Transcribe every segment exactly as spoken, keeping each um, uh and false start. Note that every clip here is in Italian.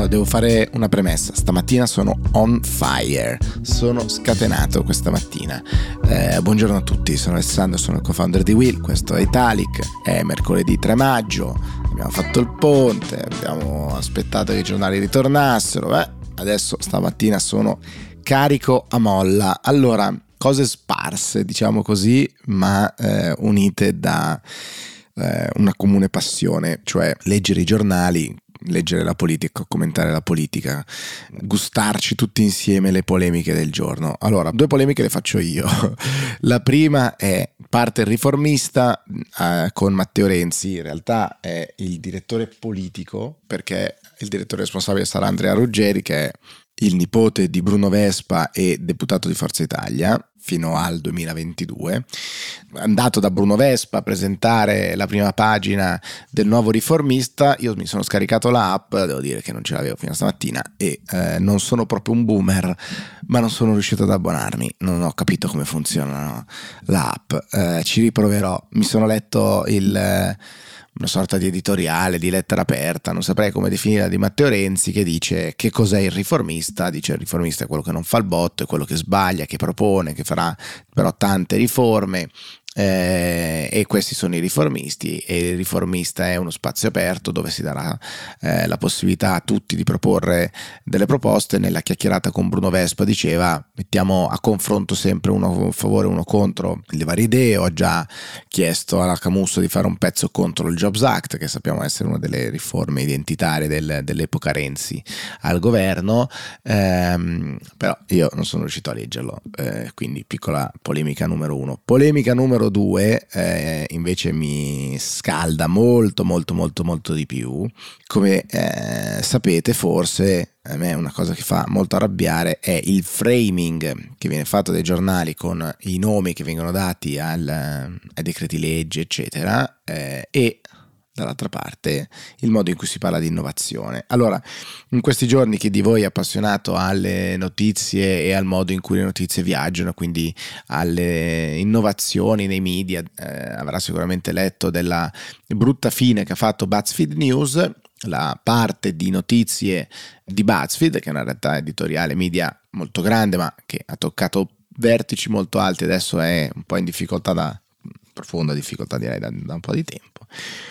Allora, devo fare una premessa. Stamattina sono on fire, sono scatenato questa mattina. Eh, buongiorno a tutti, sono Alessandro, sono il co-founder di Will, questo è Italic, è mercoledì tre maggio, abbiamo fatto il ponte, abbiamo aspettato che i giornali ritornassero, eh, adesso stamattina sono carico a molla. Allora, cose sparse, diciamo così, ma eh, unite da eh, una comune passione, cioè leggere i giornali, leggere la politica, commentare la politica, gustarci tutti insieme le polemiche del giorno. Allora, due polemiche le faccio io. La prima è parte il riformista eh, con Matteo Renzi, in realtà è il direttore politico, perché il direttore responsabile sarà Andrea Ruggeri, che è il nipote di Bruno Vespa e deputato di Forza Italia fino al duemilaventidue, è andato da Bruno Vespa a presentare la prima pagina del Nuovo Riformista. Io mi sono scaricato l'app, devo dire che non ce l'avevo fino a stamattina e eh, non sono proprio un boomer, ma non sono riuscito ad abbonarmi, non ho capito come funziona l'app, eh, ci riproverò. Mi sono letto il... Eh, una sorta di editoriale, di lettera aperta, non saprei come definirla, di Matteo Renzi, che dice che cos'è il riformista. Dice il riformista è quello che non fa il botto, è quello che sbaglia, che propone, che farà però tante riforme, eh, e questi sono i riformisti, e il riformista è uno spazio aperto dove si darà eh, la possibilità a tutti di proporre delle proposte. Nella chiacchierata con Bruno Vespa diceva: mettiamo a confronto sempre uno a favore, uno contro le varie idee. Ho già chiesto alla Camusso di fare un pezzo contro il Jobs Act, che sappiamo essere una delle riforme identitarie del, dell'epoca Renzi al governo, ehm, però io non sono riuscito a leggerlo, eh, quindi piccola polemica numero uno. Polemica numero due eh, invece mi scalda molto molto molto molto di più. Come eh, sapete, forse a me una cosa che fa molto arrabbiare è il framing che viene fatto dai giornali con i nomi che vengono dati al, ai decreti legge eccetera, eh, e dall'altra parte il modo in cui si parla di innovazione. Allora, in questi giorni chi di voi è appassionato alle notizie e al modo in cui le notizie viaggiano, quindi alle innovazioni nei media, eh, avrà sicuramente letto della brutta fine che ha fatto BuzzFeed News, la parte di notizie di BuzzFeed, che è una realtà editoriale media molto grande ma che ha toccato vertici molto alti, adesso è un po' in difficoltà, da profonda difficoltà direi da, da un po' di tempo.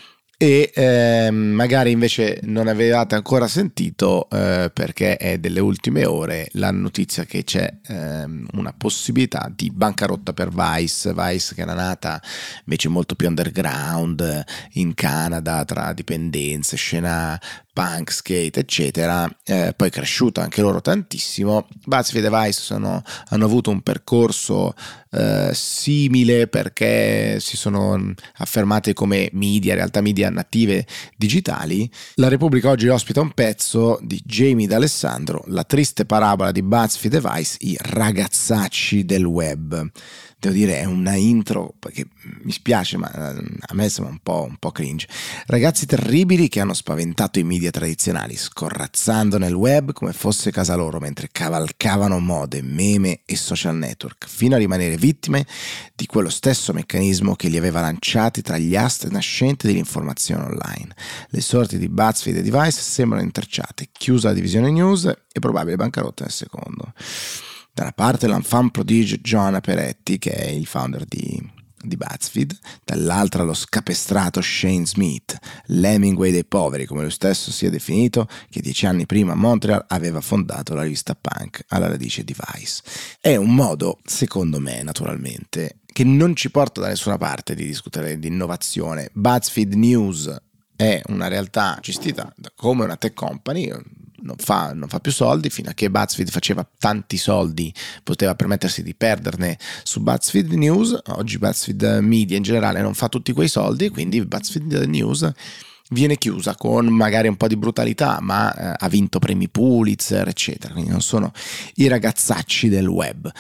E eh, magari invece non avevate ancora sentito, eh, perché è delle ultime ore, la notizia che c'è eh, una possibilità di bancarotta per Vice. Vice, che era nata invece molto più underground in Canada, tra dipendenze, scena punk, skate eccetera, eh, poi è cresciuta anche loro tantissimo. BuzzFeed e Vice sono, hanno avuto un percorso eh, simile, perché si sono affermate come media, realtà media native digitali. La Repubblica oggi ospita un pezzo di Jamie D'Alessandro, la triste parabola di BuzzFeed e Vice, i ragazzacci del web. Devo dire, è una intro che mi spiace, ma a me sembra un po', un po' cringe. Ragazzi terribili che hanno spaventato i media tradizionali, scorrazzando nel web come fosse casa loro, mentre cavalcavano mode, meme e social network, fino a rimanere vittime di quello stesso meccanismo che li aveva lanciati tra gli astri nascenti dell'informazione online. Le sorti di BuzzFeed e di Vice sembrano intrecciate, chiusa la divisione news e probabile bancarotta nel secondo. Da una parte l'enfant prodige John Peretti, che è il founder di, di BuzzFeed, dall'altra lo scapestrato Shane Smith, l'Hemingway dei poveri, come lui stesso si è definito, che dieci anni prima a Montreal aveva fondato la rivista punk alla radice di Vice. È un modo, secondo me naturalmente, che non ci porta da nessuna parte di discutere di innovazione. BuzzFeed News è una realtà gestita come una tech company, non fa, non fa più soldi. Fino a che BuzzFeed faceva tanti soldi poteva permettersi di perderne su BuzzFeed News. Oggi BuzzFeed Media in generale non fa tutti quei soldi e quindi BuzzFeed News viene chiusa con magari un po' di brutalità, ma eh, ha vinto premi Pulitzer eccetera, quindi non sono i ragazzacci del web.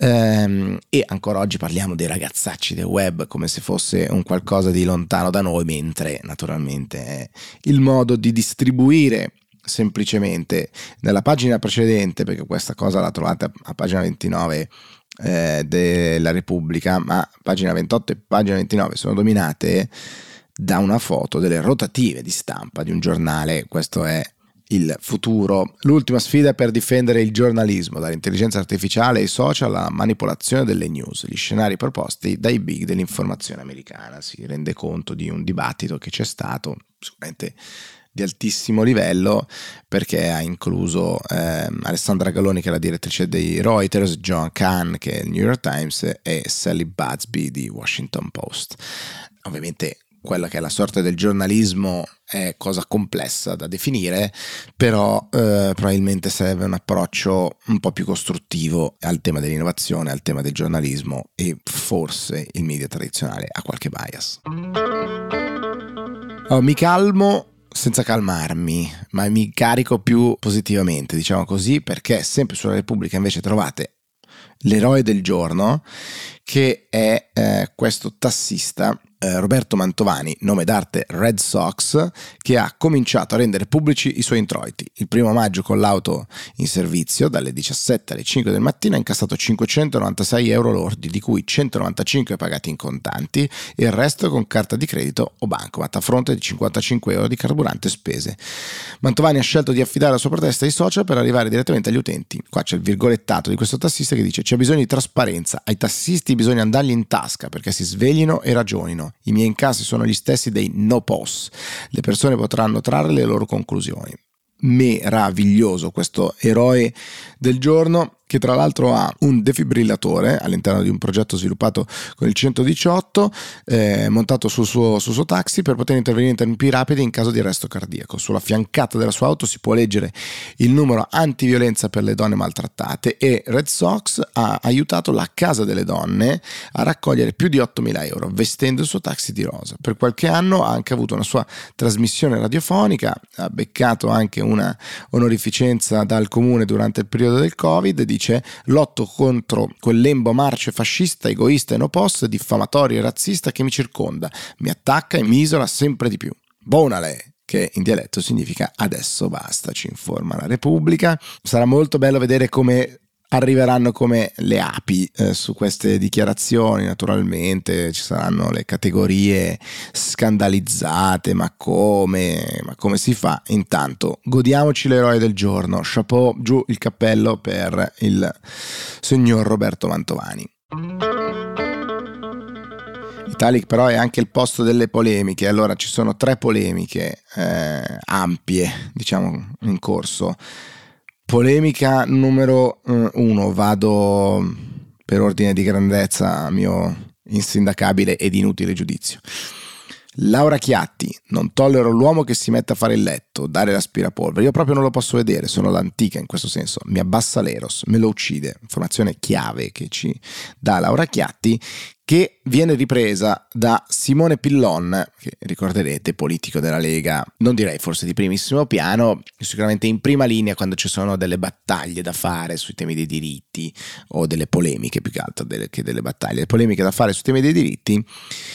Ehm, e ancora oggi parliamo dei ragazzacci del web come se fosse un qualcosa di lontano da noi, mentre naturalmente è il modo di distribuire semplicemente. Nella pagina precedente, perché questa cosa la trovate a, a pagina ventinove eh, della Repubblica, ma pagina ventotto e pagina ventinove sono dominate da una foto delle rotative di stampa di un giornale. Questo è il futuro. L'ultima sfida per difendere il giornalismo, dall'intelligenza artificiale ai social alla manipolazione delle news, gli scenari proposti dai big dell'informazione americana. Si rende conto di un dibattito che c'è stato, sicuramente di altissimo livello, perché ha incluso eh, Alessandra Galloni, che è la direttrice dei Reuters, John Kahn, che è il New York Times, e Sally Budsby di Washington Post. Ovviamente quella che è la sorte del giornalismo è cosa complessa da definire, però eh, probabilmente serve un approccio un po' più costruttivo al tema dell'innovazione, al tema del giornalismo, e forse il media tradizionale ha qualche bias. Oh, mi calmo senza calmarmi, ma mi carico più positivamente, diciamo così, perché sempre sulla Repubblica invece trovate l'eroe del giorno, che è eh, questo tassista eh, Roberto Mantovani, nome d'arte Red Sox, che ha cominciato a rendere pubblici i suoi introiti. Il primo maggio con l'auto in servizio dalle diciassette alle cinque del mattino ha incassato cinquecentonovantasei euro lordi, di cui centonovantacinque pagati in contanti e il resto con carta di credito o bancomat, a fronte di cinquantacinque euro di carburante spese. Mantovani ha scelto di affidare la sua protesta ai social per arrivare direttamente agli utenti. Qua c'è il virgolettato di questo tassista che dice: c'è bisogno di trasparenza, ai tassisti bisogna andargli in tasca perché si sveglino e ragionino. I miei incassi sono gli stessi dei no P O S. Le persone potranno trarre le loro conclusioni. Meraviglioso questo eroe del giorno, che tra l'altro ha un defibrillatore all'interno di un progetto sviluppato con il centodiciotto, eh, montato sul suo, sul suo taxi, per poter intervenire in tempi rapidi in caso di arresto cardiaco. Sulla fiancata della sua auto si può leggere il numero antiviolenza per le donne maltrattate, e Red Sox ha aiutato la Casa delle Donne a raccogliere più di ottomila euro vestendo il suo taxi di rosa. Per qualche anno ha anche avuto una sua trasmissione radiofonica, ha beccato anche una onorificenza dal comune durante il periodo del Covid. Dice: lotto contro quel lembo marce fascista, egoista e no post, diffamatorio e razzista che mi circonda, mi attacca e mi isola sempre di più. Buonale, che in dialetto significa adesso basta, ci informa la Repubblica. Sarà molto bello vedere come arriveranno come le api eh, su queste dichiarazioni. Naturalmente ci saranno le categorie scandalizzate, ma come, ma come si fa? Intanto godiamoci l'eroe del giorno, chapeau, giù il cappello per il signor Roberto Mantovani. Italic però è anche il posto delle polemiche. Allora ci sono tre polemiche eh, ampie, diciamo, in corso. Polemica numero uno, vado per ordine di grandezza, mio insindacabile ed inutile giudizio. Laura Chiatti: non tollero l'uomo che si mette a fare il letto, dare l'aspirapolvere. Io proprio non lo posso vedere, sono l'antica in questo senso. Mi abbassa l'eros, me lo uccide. Informazione chiave che ci dà Laura Chiatti, che viene ripresa da Simone Pillon, che ricorderete, politico della Lega, non direi forse di primissimo piano, sicuramente in prima linea quando ci sono delle battaglie da fare sui temi dei diritti, o delle polemiche più che altro delle, che delle battaglie, polemiche da fare sui temi dei diritti.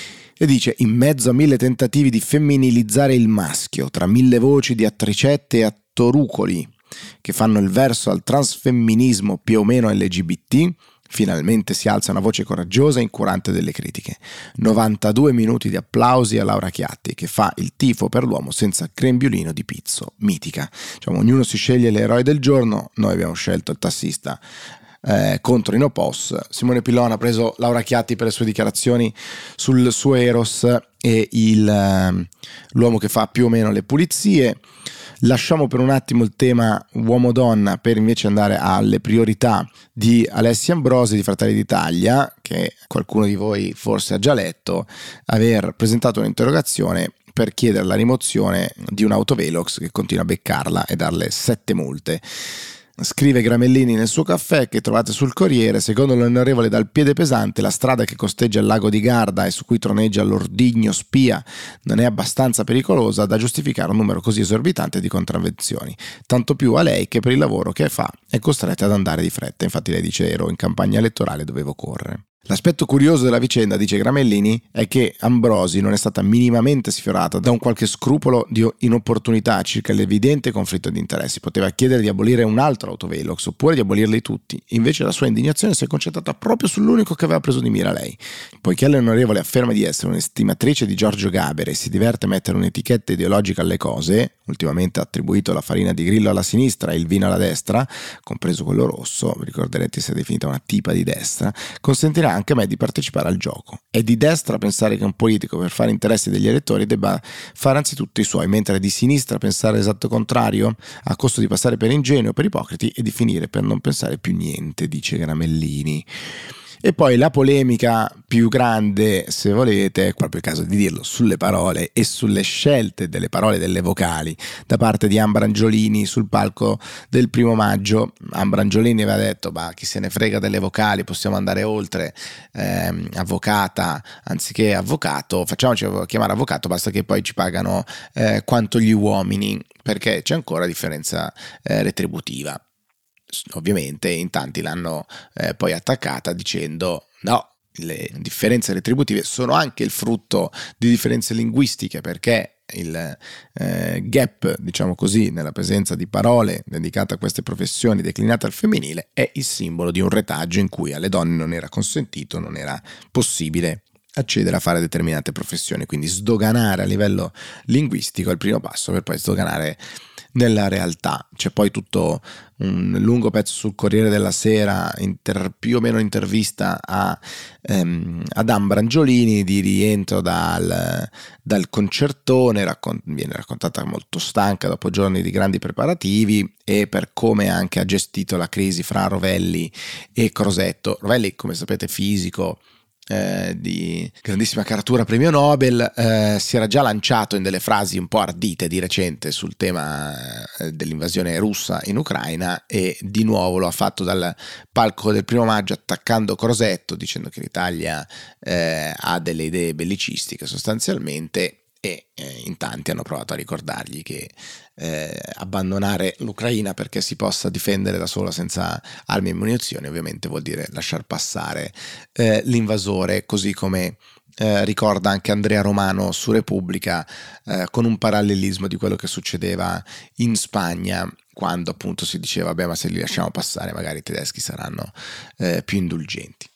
E dice: in mezzo a mille tentativi di femminilizzare il maschio, tra mille voci di attricette e attorucoli che fanno il verso al transfemminismo più o meno L G B T, finalmente si alza una voce coraggiosa e incurante delle critiche. novantadue minuti di applausi a Laura Chiatti, che fa il tifo per l'uomo senza grembiulino di pizzo. Mitica. Diciamo, ognuno si sceglie l'eroe del giorno. Noi abbiamo scelto il tassista Eh, contro i no P O S. Simone Pillon ha preso Laura Chiatti per le sue dichiarazioni sul suo eros e il, eh, l'uomo che fa più o meno le pulizie. Lasciamo per un attimo il tema uomo-donna per invece andare alle priorità di Alessia Ambrosi di Fratelli d'Italia, che qualcuno di voi forse ha già letto, aver presentato un'interrogazione per chiedere la rimozione di un autovelox che continua a beccarla e darle sette multe. Scrive Gramellini nel suo caffè, che trovate sul Corriere: secondo l'onorevole Dal Piedepesante, la strada che costeggia il lago di Garda e su cui troneggia l'ordigno spia non è abbastanza pericolosa da giustificare un numero così esorbitante di contravvenzioni, tanto più a lei che per il lavoro che fa è costretta ad andare di fretta. Infatti lei dice: ero in campagna elettorale, dovevo correre. L'aspetto curioso della vicenda, dice Gramellini, è che Ambrosi non è stata minimamente sfiorata da un qualche scrupolo di inopportunità circa l'evidente conflitto di interessi. Poteva chiedere di abolire un altro autovelox oppure di abolirli tutti. Invece la sua indignazione si è concentrata proprio sull'unico che aveva preso di mira lei. Poiché l'onorevole afferma di essere un'estimatrice di Giorgio Gaber e si diverte a mettere un'etichetta ideologica alle cose, ultimamente ha attribuito la farina di grillo alla sinistra e il vino alla destra, compreso quello rosso, vi ricorderete si è definita una tipa di destra, consentirà anche a me di partecipare al gioco. È di destra pensare che un politico per fare interessi degli elettori debba fare anzitutto i suoi, mentre è di sinistra pensare l'esatto contrario, a costo di passare per ingenuo, per ipocriti e di finire per non pensare più niente, dice Gramellini. E poi la polemica più grande, se volete, è proprio il caso di dirlo, sulle parole e sulle scelte delle parole delle vocali da parte di Ambrangiolini sul palco del primo maggio. Ambrangiolini aveva detto, bah, chi se ne frega delle vocali, possiamo andare oltre, ehm, avvocata anziché avvocato, facciamoci chiamare avvocato, basta che poi ci pagano eh, quanto gli uomini, perché c'è ancora differenza eh, retributiva. Ovviamente in tanti l'hanno eh, poi attaccata dicendo no, le differenze retributive sono anche il frutto di differenze linguistiche, perché il eh, gap, diciamo così, nella presenza di parole dedicate a queste professioni declinate al femminile è il simbolo di un retaggio in cui alle donne non era consentito, non era possibile accedere a fare determinate professioni, quindi sdoganare a livello linguistico è il primo passo per poi sdoganare nella realtà. C'è poi tutto un lungo pezzo sul Corriere della Sera, inter, più o meno intervista a, ehm, ad Ambrangiolini di rientro dal, dal concertone, raccont- viene raccontata molto stanca dopo giorni di grandi preparativi e per come anche ha gestito la crisi fra Rovelli e Crosetto. Rovelli, come sapete, fisico, Eh, di grandissima caratura premio Nobel, eh, si era già lanciato in delle frasi un po' ardite di recente sul tema eh, dell'invasione russa in Ucraina e di nuovo lo ha fatto dal palco del primo maggio attaccando Crosetto, dicendo che l'Italia eh, ha delle idee bellicistiche sostanzialmente, e eh, in tanti hanno provato a ricordargli che eh, abbandonare l'Ucraina perché si possa difendere da sola senza armi e munizioni ovviamente vuol dire lasciar passare eh, l'invasore, così come eh, ricorda anche Andrea Romano su Repubblica, eh, con un parallelismo di quello che succedeva in Spagna quando appunto si diceva vabbè, ma se li lasciamo passare magari i tedeschi saranno eh, più indulgenti.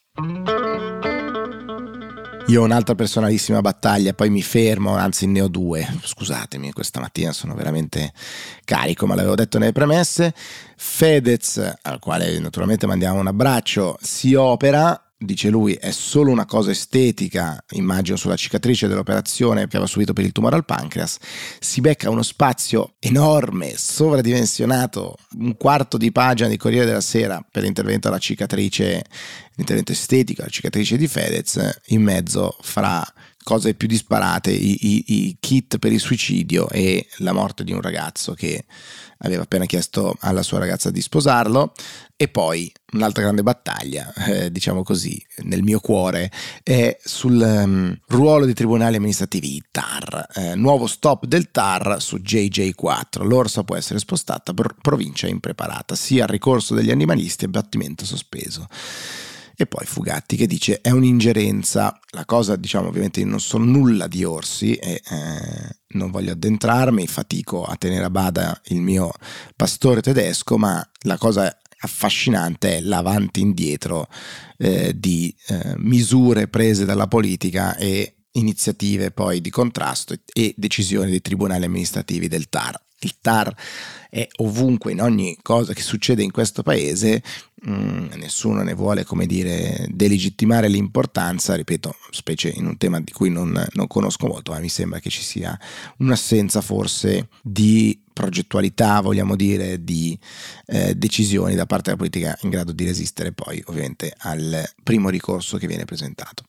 Io ho un'altra personalissima battaglia, poi mi fermo, anzi ne ho due, scusatemi, questa mattina sono veramente carico, ma l'avevo detto nelle premesse. Fedez, al quale naturalmente mandiamo un abbraccio, si opera, dice lui, è solo una cosa estetica, immagino sulla cicatrice dell'operazione che aveva subito per il tumore al pancreas, si becca uno spazio enorme, sovradimensionato, un quarto di pagina di Corriere della Sera per l'intervento alla cicatrice, l'intervento estetico alla cicatrice di Fedez, in mezzo fra cose più disparate, i, i, i kit per il suicidio e la morte di un ragazzo che aveva appena chiesto alla sua ragazza di sposarlo. E poi un'altra grande battaglia, eh, diciamo così, nel mio cuore, è sul um, ruolo dei tribunali amministrativi, T A R. Eh, nuovo stop del T A R su J J quattro. L'Orsa può essere spostata per provincia impreparata, sia al ricorso degli animalisti e battimento sospeso. E poi Fugatti che dice è un'ingerenza. La cosa, diciamo, ovviamente io non so nulla di orsi e eh, non voglio addentrarmi, fatico a tenere a bada il mio pastore tedesco, ma la cosa affascinante è l'avanti e indietro eh, di eh, misure prese dalla politica e iniziative poi di contrasto e decisioni dei tribunali amministrativi del T A R. Il T A R è ovunque, in ogni cosa che succede in questo paese, mh, nessuno ne vuole, come dire, delegittimare l'importanza, ripeto, specie in un tema di cui non, non conosco molto, ma mi sembra che ci sia un'assenza forse di progettualità, vogliamo dire, di eh, decisioni da parte della politica in grado di resistere poi ovviamente al primo ricorso che viene presentato.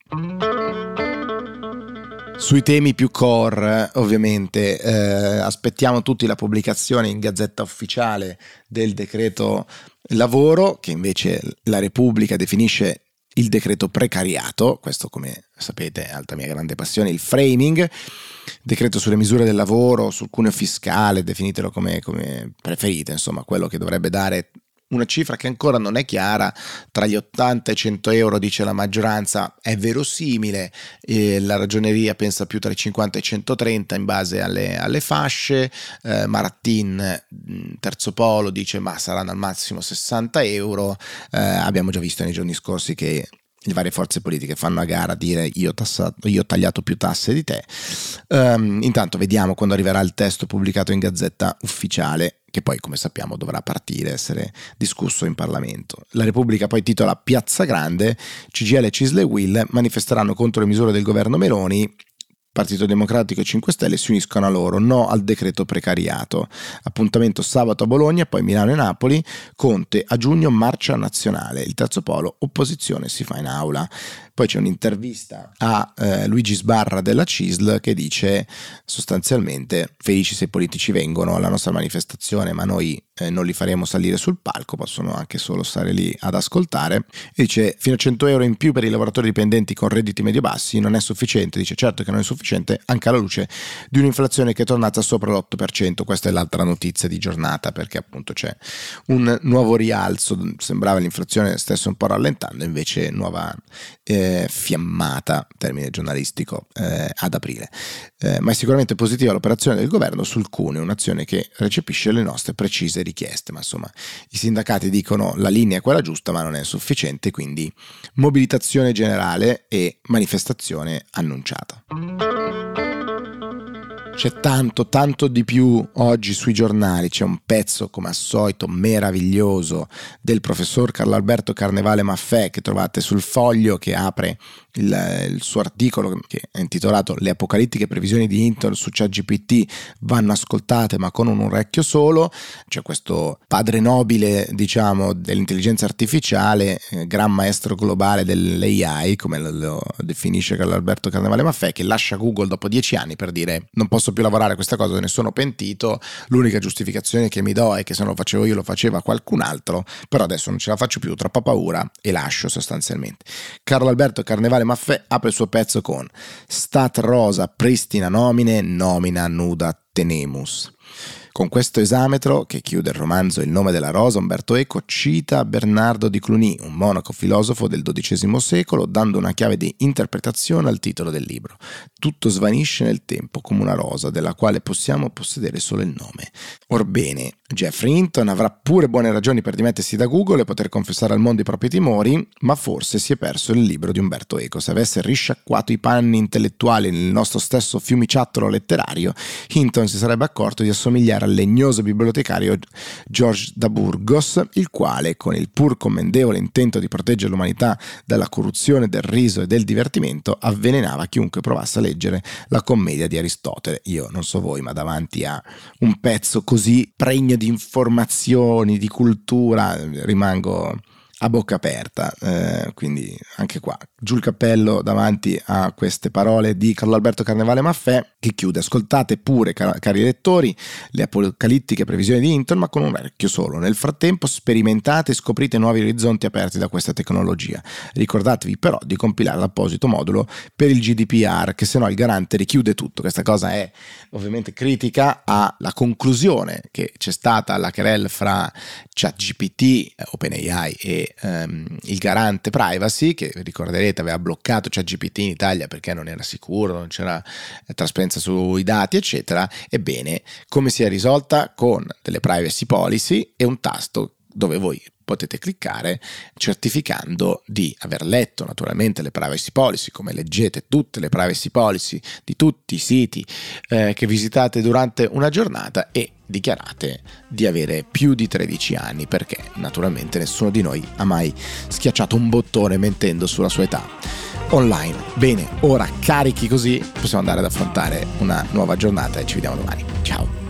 Sui temi più core, ovviamente, eh, aspettiamo tutti la pubblicazione in Gazzetta Ufficiale del decreto lavoro, che invece la Repubblica definisce il decreto precariato. Questo, come sapete, è altra mia grande passione, il framing, decreto sulle misure del lavoro, sul cuneo fiscale, definitelo come, come preferite, insomma, quello che dovrebbe dare una cifra che ancora non è chiara, tra gli ottanta e i cento euro dice la maggioranza, è verosimile, eh, la ragioneria pensa più tra i cinquanta e i centotrenta in base alle, alle fasce, eh, Marattin, terzo polo, dice ma saranno al massimo sessanta euro, eh, abbiamo già visto nei giorni scorsi che le varie forze politiche fanno a gara a dire io ho, tassato, io ho tagliato più tasse di te. Um, intanto vediamo quando arriverà il testo pubblicato in Gazzetta Ufficiale, che poi, come sappiamo, dovrà partire, essere discusso in Parlamento. La Repubblica poi titola Piazza Grande, C G I L, C I S L e U I L manifesteranno contro le misure del governo Meloni. Partito Democratico e cinque Stelle si uniscono a loro, no al decreto precariato. Appuntamento sabato a Bologna, poi Milano e Napoli. Conte a giugno marcia nazionale. Il terzo polo, opposizione, si fa in aula. Poi c'è un'intervista a eh, Luigi Sbarra della C I S L che dice sostanzialmente: felici se i politici vengono alla nostra manifestazione, ma noi eh, non li faremo salire sul palco, possono anche solo stare lì ad ascoltare. E dice: fino a cento euro in più per i lavoratori dipendenti con redditi medio-bassi non è sufficiente. Dice: certo che non è sufficiente, anche alla luce di un'inflazione che è tornata sopra l'otto per cento. Questa è l'altra notizia di giornata, perché appunto c'è un nuovo rialzo, sembrava l'inflazione stesse un po' rallentando, invece nuova eh, fiammata, termine giornalistico, eh, ad aprile. Eh, ma è sicuramente positiva l'operazione del governo sul cuneo, un'azione che recepisce le nostre precise richieste. Ma insomma, i sindacati dicono la linea è quella giusta, ma non è sufficiente, quindi mobilitazione generale e manifestazione annunciata. C'è tanto, tanto di più oggi sui giornali. C'è un pezzo, come al solito, meraviglioso del professor Carlo Alberto Carnevale Maffè, che trovate sul Foglio, che apre il, il suo articolo che è intitolato Le apocalittiche previsioni di Hinton su ChatGPT vanno ascoltate ma con un orecchio solo. C'è questo padre nobile, diciamo, dell'intelligenza artificiale, eh, gran maestro globale dell'A I, come lo, lo definisce Carlo Alberto Carnevale Maffè, che lascia Google dopo dieci anni per dire: non posso più lavorare a questa cosa, ne sono pentito, l'unica giustificazione che mi do è che se non lo facevo io lo faceva qualcun altro, però adesso non ce la faccio più, troppa paura, e lascio sostanzialmente. Carlo Alberto Carnevale Maffè apre il suo pezzo con: Stat rosa pristina nomine, nomina nuda tenemus. Con questo esametro, che chiude il romanzo Il nome della rosa, Umberto Eco cita Bernardo di Cluny, un monaco filosofo del dodicesimo secolo, dando una chiave di interpretazione al titolo del libro. Tutto svanisce nel tempo come una rosa, della quale possiamo possedere solo il nome. Orbene, Geoffrey Hinton avrà pure buone ragioni per dimettersi da Google e poter confessare al mondo i propri timori, ma forse si è perso il libro di Umberto Eco. Se avesse risciacquato i panni intellettuali nel nostro stesso fiumiciattolo letterario, Hinton si sarebbe accorto di assomigliare al legnoso bibliotecario George da Burgos, il quale, con il pur commendevole intento di proteggere l'umanità dalla corruzione del riso e del divertimento, avvelenava chiunque provasse a leggere la commedia di Aristotele. Io non so voi, ma davanti a un pezzo così pregno di informazioni, di cultura, rimango a bocca aperta, eh, quindi anche qua giù il cappello davanti a queste parole di Carlo Alberto Carnevale Maffè, che chiude: ascoltate pure, car- cari lettori, le apocalittiche previsioni di Hinton, ma con un orecchio solo. Nel frattempo sperimentate e scoprite nuovi orizzonti aperti da questa tecnologia. Ricordatevi però di compilare l'apposito modulo per il G D P R, che sennò il garante richiude tutto. Questa cosa è ovviamente critica alla conclusione che c'è stata alla querelle fra ChatGPT, OpenAI e Um, il garante privacy, che ricorderete aveva bloccato ChatGPT in Italia perché non era sicuro, non c'era trasparenza sui dati eccetera. Ebbene, come si è risolta? Con delle privacy policy e un tasto dove voi potete cliccare certificando di aver letto naturalmente le privacy policy, come leggete tutte le privacy policy di tutti i siti eh, che visitate durante una giornata, e dichiarate di avere più di tredici anni, perché naturalmente nessuno di noi ha mai schiacciato un bottone mentendo sulla sua età online. Bene, ora carichi così possiamo andare ad affrontare una nuova giornata e ci vediamo domani. Ciao!